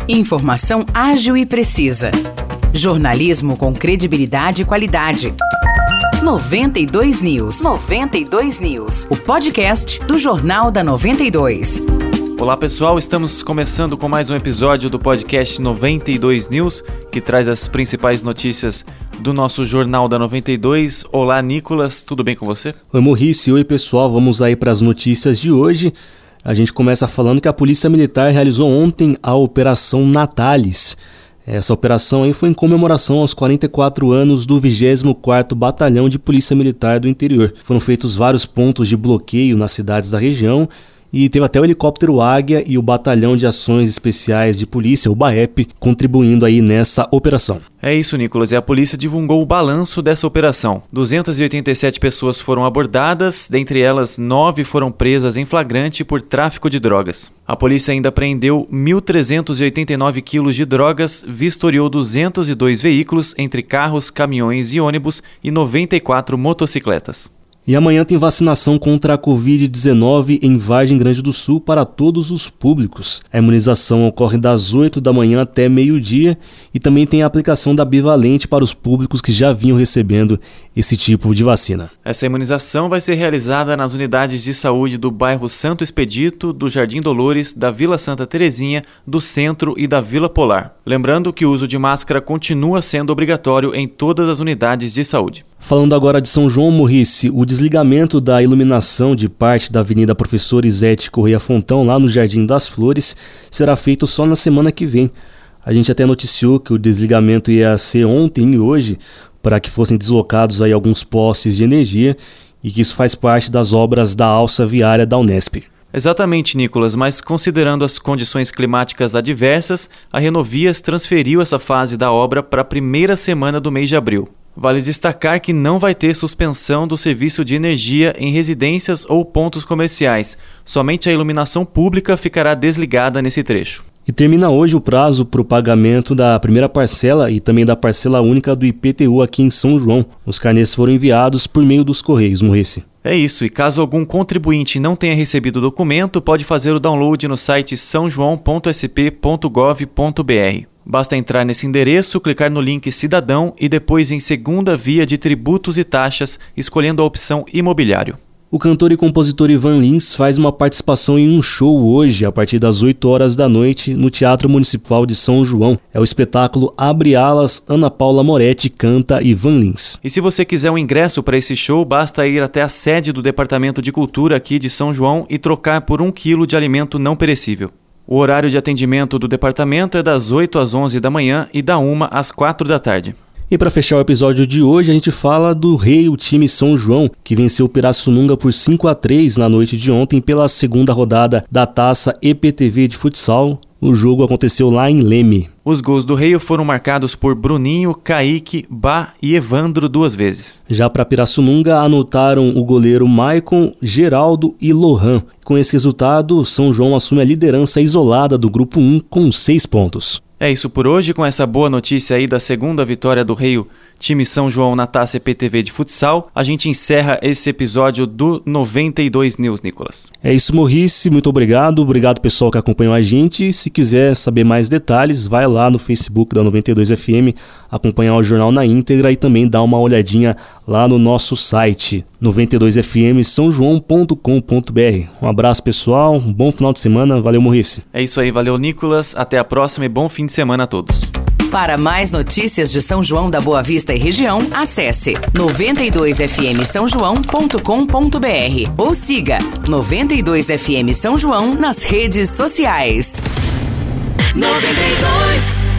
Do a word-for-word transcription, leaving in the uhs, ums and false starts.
Informação ágil e precisa. Jornalismo com credibilidade e qualidade. noventa e dois News. noventa e dois News. O podcast do Jornal da noventa e dois. Olá pessoal, estamos começando com mais um episódio do podcast noventa e dois News, que traz as principais notícias do nosso Jornal da noventa e dois. Olá Nicolas, tudo bem com você? Oi Maurice, oi pessoal, vamos aí para as notícias de hoje. A gente começa falando que a Polícia Militar realizou ontem a Operação Natalis. Essa operação aí foi em comemoração aos quarenta e quatro anos do vigésimo quarto Batalhão de Polícia Militar do Interior. Foram feitos vários pontos de bloqueio nas cidades da região e teve até o helicóptero Águia e o Batalhão de Ações Especiais de Polícia, o BAEP, contribuindo aí nessa operação. É isso, Nicolas, e a polícia divulgou o balanço dessa operação. duzentas e oitenta e sete pessoas foram abordadas, dentre elas nove foram presas em flagrante por tráfico de drogas. A polícia ainda apreendeu mil trezentos e oitenta e nove quilos de drogas, vistoriou duzentos e dois veículos, entre carros, caminhões e ônibus, e noventa e quatro motocicletas. E amanhã tem vacinação contra a covid dezenove em Vargem Grande do Sul para todos os públicos. A imunização ocorre das oito da manhã até meio-dia e também tem a aplicação da bivalente para os públicos que já vinham recebendo esse tipo de vacina. Essa imunização vai ser realizada nas unidades de saúde do bairro Santo Expedito, do Jardim Dolores, da Vila Santa Terezinha, do Centro e da Vila Polar. Lembrando que o uso de máscara continua sendo obrigatório em todas as unidades de saúde. Falando agora de São João, Maurice, o desligamento da iluminação de parte da Avenida Professor Izete Correia Fontão, lá no Jardim das Flores, será feito só na semana que vem. A gente até noticiou que o desligamento ia ser ontem e hoje, para que fossem deslocados aí alguns postes de energia e que isso faz parte das obras da alça viária da Unesp. Exatamente, Nicolas, mas considerando as condições climáticas adversas, a Renovias transferiu essa fase da obra para a primeira semana do mês de abril. Vale destacar que não vai ter suspensão do serviço de energia em residências ou pontos comerciais. Somente a iluminação pública ficará desligada nesse trecho. E termina hoje o prazo para o pagamento da primeira parcela e também da parcela única do I P T U aqui em São João. Os carnês foram enviados por meio dos Correios, Maurice. É isso, e caso algum contribuinte não tenha recebido o documento, pode fazer o download no site são joão ponto s p ponto gov ponto b r. Basta entrar nesse endereço, clicar no link Cidadão e depois em Segunda Via de Tributos e Taxas, escolhendo a opção Imobiliário. O cantor e compositor Ivan Lins faz uma participação em um show hoje, a partir das oito horas da noite, no Teatro Municipal de São João. É o espetáculo Abre Alas, Ana Paula Moretti canta Ivan Lins. E se você quiser um ingresso para esse show, basta ir até a sede do Departamento de Cultura aqui de São João e trocar por um quilo de alimento não perecível. O horário de atendimento do departamento é das oito às onze da manhã e da uma às quatro da tarde. E para fechar o episódio de hoje, a gente fala do Rei, o time São João, que venceu o Pirassununga por cinco a três na noite de ontem pela segunda rodada da Taça E P T V de futsal. O jogo aconteceu lá em Leme. Os gols do Rei foram marcados por Bruninho, Kaique, Bá e Evandro duas vezes. Já para Pirassununga, anotaram o goleiro Maicon, Geraldo e Lohan. Com esse resultado, São João assume a liderança isolada do Grupo um com seis pontos. É isso por hoje, com essa boa notícia aí da segunda vitória do Rei, time São João na Taça E P T V de futsal, a gente encerra esse episódio do noventa e dois News, Nicolas. É isso, Maurice, muito obrigado, obrigado pessoal que acompanhou a gente. Se quiser saber mais detalhes, vai lá no Facebook da noventa e dois F M, acompanhar o jornal na íntegra e também dar uma olhadinha lá no nosso site noventa e dois f m são joão ponto com ponto b r. Um abraço pessoal, um bom final de semana, valeu Maurice. É isso aí, valeu Nicolas, até a próxima e bom fim de semana a todos. Para mais notícias de São João da Boa Vista e região, acesse noventa e dois f m são joão ponto com ponto b r ou siga noventa e dois F M São João nas redes sociais. noventa e dois